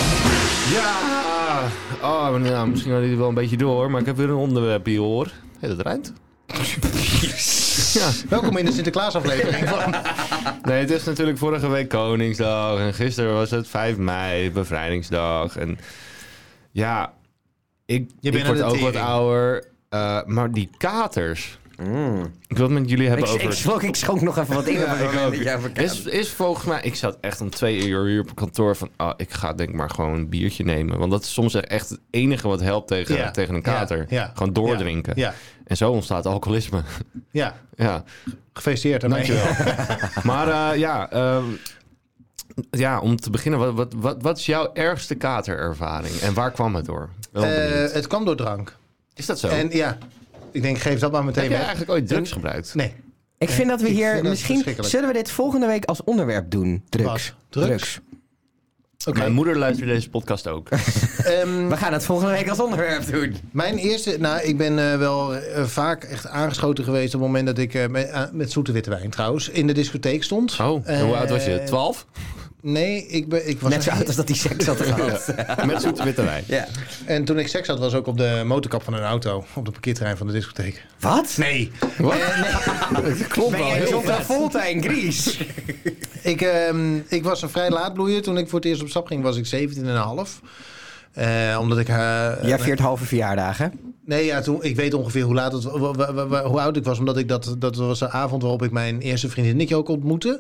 Ja! Nou, misschien had hij er wel een beetje door, maar ik heb weer een onderwerp hier, hoor. Hé, dat rijmt. Ja. Welkom in de Sinterklaasaflevering van... Nee, het is natuurlijk vorige week Koningsdag en gisteren was het 5 mei, bevrijdingsdag. En ja, ik word ook wat ouder, maar die katers... Ik wil het met jullie hebben over... Ik schonk nog even wat in. Is volgens mij... Ik zat echt om 2 uur hier op kantoor van... ik ga denk maar gewoon een biertje nemen. Want dat is soms echt het enige wat helpt tegen een kater. Ja. Gewoon doordrinken. Ja. En zo ontstaat alcoholisme. Ja. Gefeliciteerd daarmee. Dankjewel. Maar om te beginnen. Wat is jouw ergste katerervaring? En waar kwam het door? Het kwam door drank. Is dat zo? En ja... Ik denk, geef dat maar meteen weg. Heb je eigenlijk ooit drugs gebruikt? Nee. Ik vind dat we hier... Misschien zullen we dit volgende week als onderwerp doen. Drugs. Okay. Mijn moeder luistert deze podcast ook. We gaan het volgende week als onderwerp doen. Mijn eerste... Nou, ik ben wel vaak echt aangeschoten geweest... op het moment dat ik met zoete witte wijn trouwens... in de discotheek stond. Oh, hoe oud was je? 12? Nee, ik was... Net zo oud als dat hij seks had gehad. Met zoete witte wijn. Ja. En toen ik seks had, was ook op de motorkap van een auto... op de parkeerterrein van de discotheek. Wat? Nee. Wat? Dat klopt wel. Ben je zo Travolta in Grease? Ik was een vrij laatbloeier. Toen ik voor het eerst op stap ging, was ik 17,5. Omdat ik... Jij viert halve verjaardagen. Nee, ja, toen, ik weet ongeveer hoe laat hoe oud ik was. Omdat ik dat was de avond waarop ik mijn eerste vriendinnetje ook ontmoette.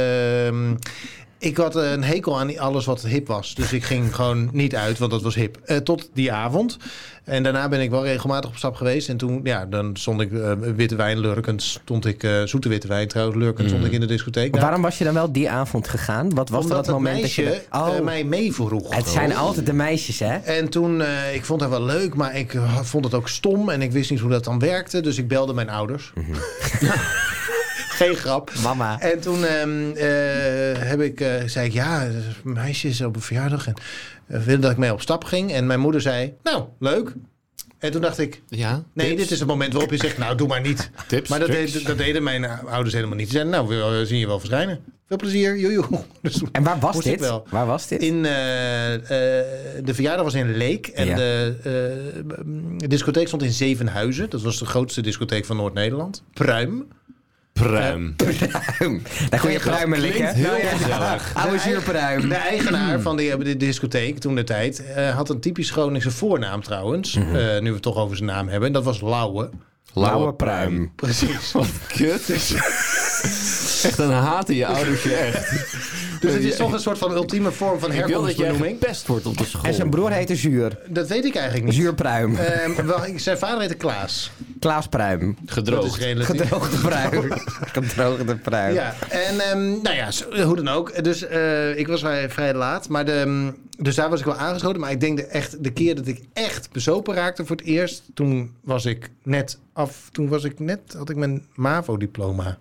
Ik had een hekel aan alles wat hip was. Dus ik ging gewoon niet uit, want dat was hip. Tot die avond. En daarna ben ik wel regelmatig op stap geweest. En toen, ja, dan stond ik witte wijn lurkend. Stond ik zoete witte wijn trouwens lurkend. Stond ik in de discotheek. Maar waarom was je dan wel die avond gegaan? Wat was omdat dat moment meisje dat je... mij mee vroeg. Het zijn altijd de meisjes, hè? En toen, ik vond het wel leuk, maar ik vond het ook stom. En ik wist niet hoe dat dan werkte. Dus ik belde mijn ouders. Geen grap. Mama. En toen zei ik, ja, meisje is op een verjaardag en wilde dat ik mee op stap ging. En mijn moeder zei, nou, leuk. En toen dacht ik, Ja, nee, tips? dit is het moment waarop je zegt, nou, doe maar niet. Tips, Maar tricks? dat deden mijn ouders helemaal niet. Ze zeiden, nou, we zien je wel verschijnen. Veel plezier, joejoe. Dus En waar was moest ik dit? wel. Waar was dit? De verjaardag was in Leek. En Ja. de discotheek stond in Zevenhuizen. Dat was de grootste discotheek van Noord-Nederland. Pruim. Pruim. Pruim. Daar kon je pruimen likken. Heel gezellig. Oude zuurpruim. De eigenaar van de discotheek toen de tijd had een typisch Groningse voornaam trouwens. Nu we het toch over zijn naam hebben. En dat was Lauwe. Lauwe pruim. Precies. Wat kut. Echt, dan haten je ouders je echt. Dus het is toch een soort van ultieme vorm van Ik wil dat jij herkomstbenoeming. gepest wordt op de school. En zijn broer heette Zuur. Dat weet ik eigenlijk niet. Zuurpruim. Zijn vader heette Klaas. Klaas Pruim. Dat is Gedroogd. relatief. Gedroogde pruim. Gedroogde pruim. Ja, en nou ja, hoe dan ook. Dus ik was vrij laat. Maar dus daar was ik wel aangeschoten. Maar ik denk de keer dat ik echt bezopen raakte voor het eerst... Toen was ik net had ik mijn MAVO-diploma.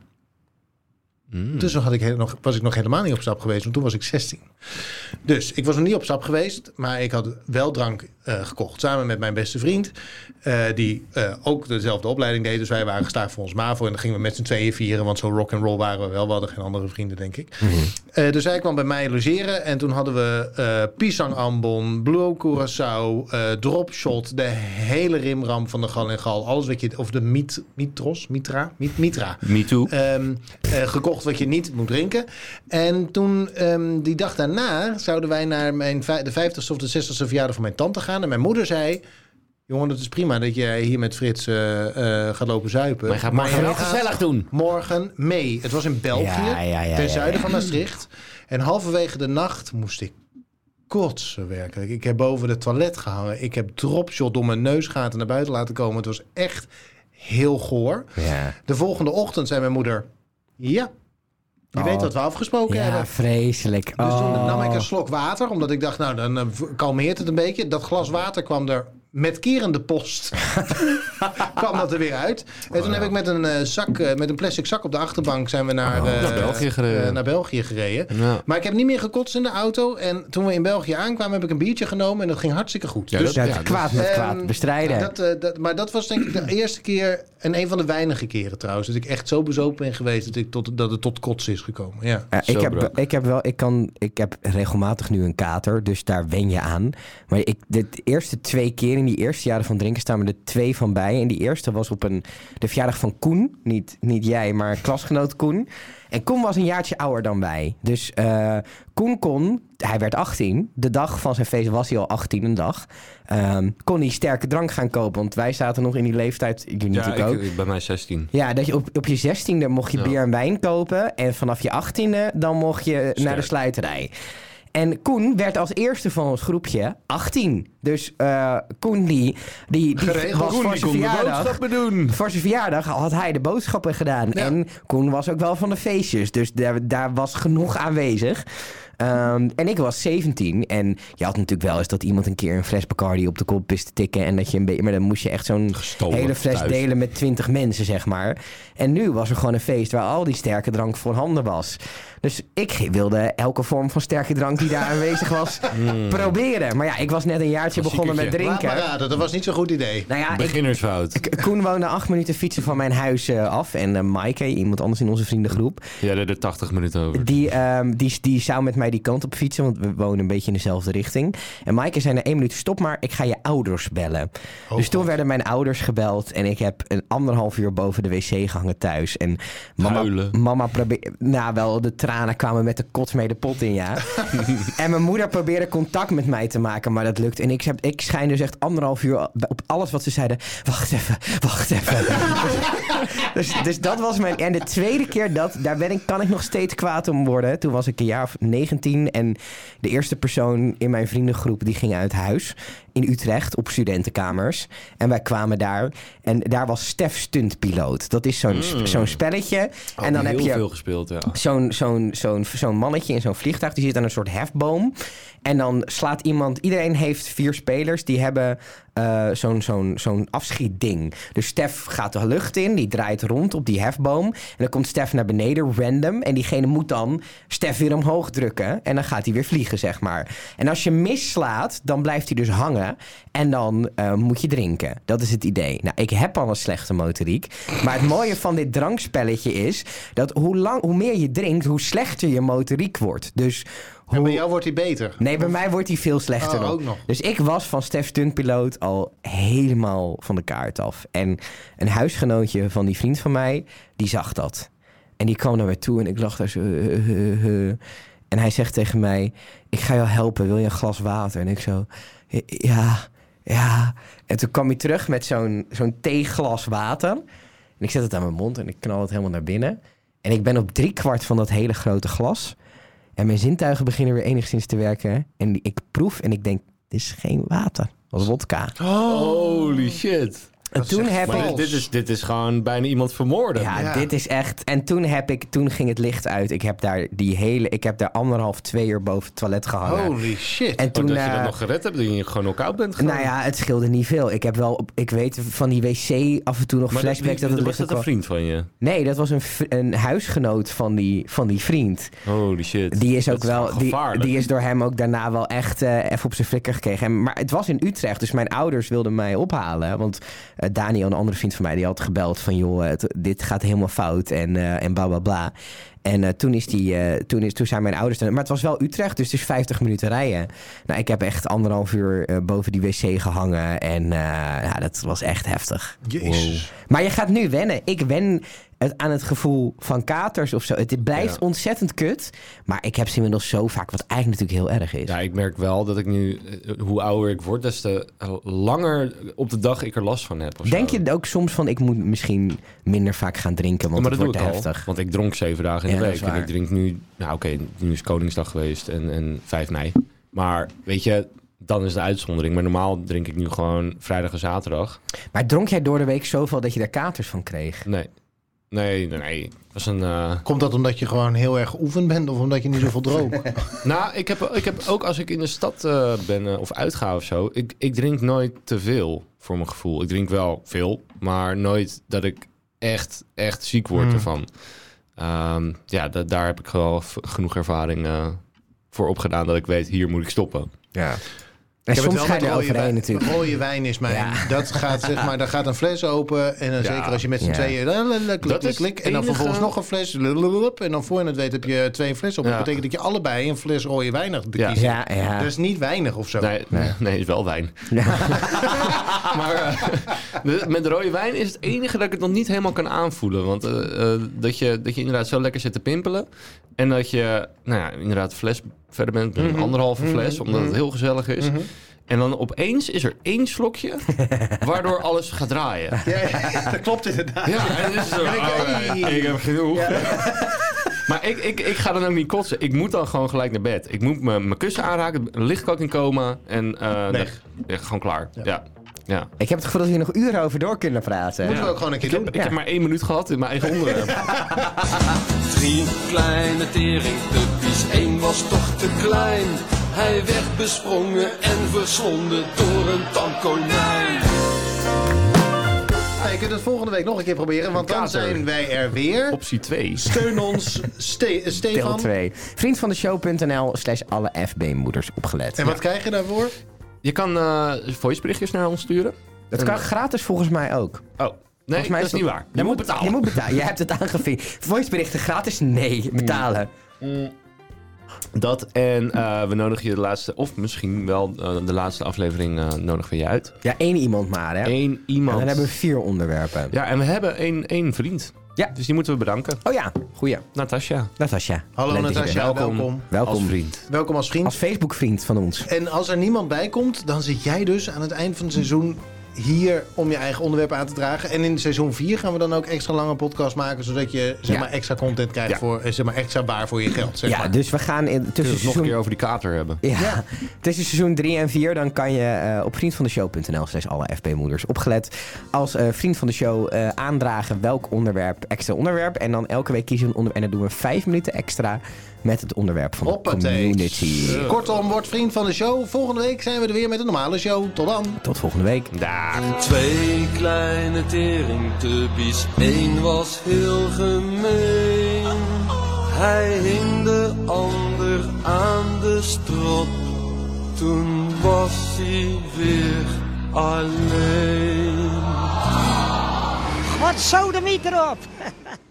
Dus toen was ik nog helemaal niet op stap geweest. Want toen was ik 16. Dus ik was nog niet op stap geweest. Maar ik had wel drank gekocht. Samen met mijn beste vriend. Die ook dezelfde opleiding deed. Dus wij waren geslaagd voor ons MAVO. En dan gingen we met z'n tweeën vieren. Want zo rock'n'roll waren we wel. We hadden geen andere vrienden, denk ik. Dus hij kwam bij mij logeren. En toen hadden we pisang ambon, Blue Curaçao, dropshot. De hele rimram van de Gal en Gal. Alles wat je... Of de Mitra. Me too. Gekocht wat je niet moet drinken. En toen, die dag daarna, zouden wij naar de 50ste of de 60ste verjaardag van mijn tante gaan. En mijn moeder zei... Jongen, het is prima dat jij hier met Frits gaat lopen zuipen. Maar je gaat morgen wel gaat gezellig doen. Morgen mee. Het was in België, ten zuiden van Maastricht. En halverwege de nacht moest ik kotsen werkelijk. Ik heb boven het toilet gehangen. Ik heb dropshot door mijn neusgaten naar buiten laten komen. Het was echt heel goor. Ja. De volgende ochtend zei mijn moeder... Ja, je weet wat we afgesproken hebben. Ja, vreselijk. Dus toen nam ik een slok water, omdat ik dacht, nou, dan kalmeert het een beetje. Dat glas water kwam er met kerende post. kwam dat er weer uit. En toen heb ik met een plastic zak op de achterbank zijn we naar België gereden. Ja. Maar ik heb niet meer gekotst in de auto. En toen we in België aankwamen, heb ik een biertje genomen en dat ging hartstikke goed. Ja, Dus Kwaad met kwaad bestrijden. maar dat was denk ik de eerste keer en een van de weinige keren trouwens. Dat ik echt zo bezopen ben geweest dat het tot kotsen is gekomen. Ja. Ik heb regelmatig nu een kater, dus daar wen je aan. Maar de eerste 2 keer in die eerste jaren van drinken staan me er 2 van bij. En die eerste was op de verjaardag van Koen. Niet jij, maar klasgenoot Koen. En Koen was een jaartje ouder dan wij. Dus Koen hij werd 18. De dag van zijn feest was hij al 18 een dag. Kon hij sterke drank gaan kopen. Want wij zaten nog in die leeftijd. Jullie natuurlijk ook. Ik bij mij 16. Ja, dat je op je 16e mocht je bier en wijn kopen. En vanaf je 18e dan mocht je naar de slijterij. En Koen werd als eerste van ons groepje 18. Dus Koen die was voor zijn verjaardag. Voor zijn verjaardag had hij de boodschappen gedaan. Ja. En Koen was ook wel van de feestjes. Dus daar was genoeg aanwezig. En ik was 17 en je had natuurlijk wel eens dat iemand een keer een fles Bacardi op de kop is te tikken en dat je een beetje, maar dan moest je echt zo'n hele fles delen met 20 mensen, zeg maar. En nu was er gewoon een feest waar al die sterke drank voorhanden was. Dus ik wilde elke vorm van sterke drank die daar aanwezig was proberen. Maar ja, ik was net een jaartje begonnen met drinken. Laat maar raden, dat was niet zo'n goed idee. Nou ja, beginnersfout. Koen woonde 8 minuten fietsen van mijn huis af. En Maaike, iemand anders in onze vriendengroep. Ja, er 80 minuten over. Die zou met mij die kant op fietsen, want we wonen een beetje in dezelfde richting. En Maaike zei na 1 minuut, stop maar, ik ga je ouders bellen. Dus toen werden mijn ouders gebeld en ik heb een 1,5 uur boven de wc gehangen thuis. En mama probeerde, nou wel, de tranen kwamen met de kots mee de pot in, ja. En mijn moeder probeerde contact met mij te maken, maar dat lukt. En ik schijn dus echt 1,5 uur op alles wat ze zeiden. Wacht even. dus dat was mijn... En de tweede keer kan ik nog steeds kwaad om worden. Toen was ik een jaar of 19 en de eerste persoon in mijn vriendengroep die ging uit huis in Utrecht op studentenkamers. En wij kwamen daar en daar was Stef stuntpiloot. Dat is zo'n spelletje. En dan heb je veel gespeeld, ja. Zo'n mannetje in zo'n vliegtuig, die zit aan een soort hefboom. En dan slaat iedereen heeft 4 spelers, die hebben zo'n afschietding. Dus Stef gaat de lucht in, die draait rond op die hefboom. En dan komt Stef naar beneden, random. En diegene moet dan Stef weer omhoog drukken. En dan gaat hij weer vliegen, zeg maar. En als je misslaat, dan blijft hij dus hangen. En dan moet je drinken. Dat is het idee. Nou, ik heb al een slechte motoriek. Maar het mooie van dit drankspelletje is dat hoe meer je drinkt, hoe slechter je motoriek wordt. Dus en bij jou wordt hij beter? Nee, bij mij wordt hij veel slechter ook nog. Dus ik was van Stef stuntpiloot al helemaal van de kaart af. En een huisgenootje van die vriend van mij, die zag dat. En die kwam naar mij toe en ik lag daar zo... En hij zegt tegen mij, ik ga jou helpen, wil je een glas water? En ik zo, ja. En toen kwam hij terug met zo'n theeglas water. En ik zet het aan mijn mond en ik knal het helemaal naar binnen. En ik ben op 3/4 van dat hele grote glas. En mijn zintuigen beginnen weer enigszins te werken. En ik proef en ik denk, dit is geen water. Dat was wodka. Holy shit. En toen heb ik... Dit is gewoon bijna iemand vermoorden. Ja, dit is echt... En toen ging het licht uit. Ik heb daar 1,5-2 uur boven het toilet gehangen. Holy shit. En toen, dat je dat nog gered hebt, dat je gewoon knock-out bent gegaan. Nou ja, het scheelde niet veel. Ik weet van die wc af en toe nog flashbacks dat het licht... Was dat een vriend van je? Nee, dat was een huisgenoot van die vriend. Holy shit. Die is ook wel... Die is door hem ook daarna wel echt even op zijn flikker gekregen. Maar het was in Utrecht, dus mijn ouders wilden mij ophalen. Want Daniel, een andere vriend van mij, die had gebeld van joh, dit gaat helemaal fout en bla bla bla. En toen zijn mijn ouders... Maar het was wel Utrecht, dus het is 50 minuten rijden. Nou, ik heb echt 1,5 uur boven die wc gehangen. En dat was echt heftig. Jezus. Wow. Maar je gaat nu wennen. Ik wen aan het gevoel van katers of zo. Het blijft ontzettend kut. Maar ik heb ze inmiddels zo vaak, wat eigenlijk natuurlijk heel erg is. Ja, ik merk wel dat ik nu, hoe ouder ik word, des te langer op de dag ik er last van heb. Denk je ook soms van, ik moet misschien minder vaak gaan drinken, want het wordt te heftig? Want ik dronk 7 dagen in de week. En ik drink nu, nu is Koningsdag geweest en 5 mei. Maar weet je, dan is de uitzondering. Maar normaal drink ik nu gewoon vrijdag en zaterdag. Maar dronk jij door de week zoveel dat je daar katers van kreeg? Nee. Komt dat omdat je gewoon heel erg geoefend bent of omdat je niet zoveel droog? Nou, ik heb ook als ik in de stad ben of uitga of zo, ik drink nooit te veel voor mijn gevoel. Ik drink wel veel, maar nooit dat ik echt ziek word ervan. Daar heb ik wel genoeg ervaring voor opgedaan dat ik weet, hier moet ik stoppen. Ja. En soms ga je er overheen natuurlijk. Rode wijn is mijn... Ja. Dat gaat, zeg maar, daar gaat een fles open. En dan zeker als je met z'n tweeën... Klik. En dan vervolgens nog een fles. En dan voor je het weet heb je 2 flessen op. Dat betekent dat je allebei een fles rode wijn hebt te kiezen. Ja. Dat is niet weinig of zo. Nee, is wel wijn. Ja. Maar met rode wijn is het enige dat ik het nog niet helemaal kan aanvoelen. Want dat je inderdaad zo lekker zit te pimpelen. En dat je inderdaad een fles verder bent met een 1,5 fles. Omdat het heel gezellig is. En dan opeens is er 1 slokje waardoor alles gaat draaien. Ja, dat klopt inderdaad. Ja, en dan is het zo, ik heb genoeg. Ja. Maar ik ga dan ook niet kotsen. Ik moet dan gewoon gelijk naar bed. Ik moet mijn kussen aanraken, een lichtkook in komen en gewoon klaar. Ja. Ik heb het gevoel dat we hier nog uren over door kunnen praten. Moeten we ook gewoon een keer doen. Ik heb maar 1 minuut gehad in mijn eigen onderwerp. 3 kleine teringpuppies tuppies, 1 was toch te klein. Hij werd besprongen en verslonden door een tamkonijn. Je kunt het volgende week nog een keer proberen, want dan zijn wij er weer. Optie 2. Steun ons, Stefan. Deel 2. Vriendvandeshow.nl/alle FB-moeders opgelet. En wat krijg je daarvoor? Je kan voiceberichtjes naar ons sturen. Dat kan gratis volgens mij ook. Oh, nee, dat is niet waar. Je moet betalen. Je moet betalen. Je hebt het aangevinkt. Voiceberichten gratis? Nee, betalen. Dat en we nodigen je de laatste, of misschien wel de laatste aflevering nodigen we je uit. Ja, 1 iemand maar, hè? 1 iemand. En dan hebben we 4 onderwerpen. Ja, en we hebben één vriend. Ja. Dus die moeten we bedanken. Oh ja, goeie. Natasja. Hallo Natasja, welkom. Als vriend. Welkom als vriend. Als Facebook-vriend van ons. En als er niemand bij komt, dan zit jij dus aan het eind van het seizoen hier om je eigen onderwerp aan te dragen. En in seizoen 4 gaan we dan ook extra lange podcast maken, zodat je maar extra content krijgt voor extra waar voor je geld. Zeg maar. Dus we gaan tussen seizoen... nog een keer over die kater hebben. Ja. Tussen seizoen 3 en 4 dan kan je op vriendvandeshow.nl/alle FB-moeders opgelet als vriend van de show aandragen welk extra onderwerp. En dan elke week kiezen we een onderwerp. En dan doen we 5 minuten extra met het onderwerp van de community. Kortom, word vriend van de show. Volgende week zijn we er weer met een normale show. Tot dan. Tot volgende week. Dag. 2 kleine teringtuppies, 1 was heel gemeen. Hij hing de ander aan de strot. Toen was hij weer alleen. Wat sodemieter op!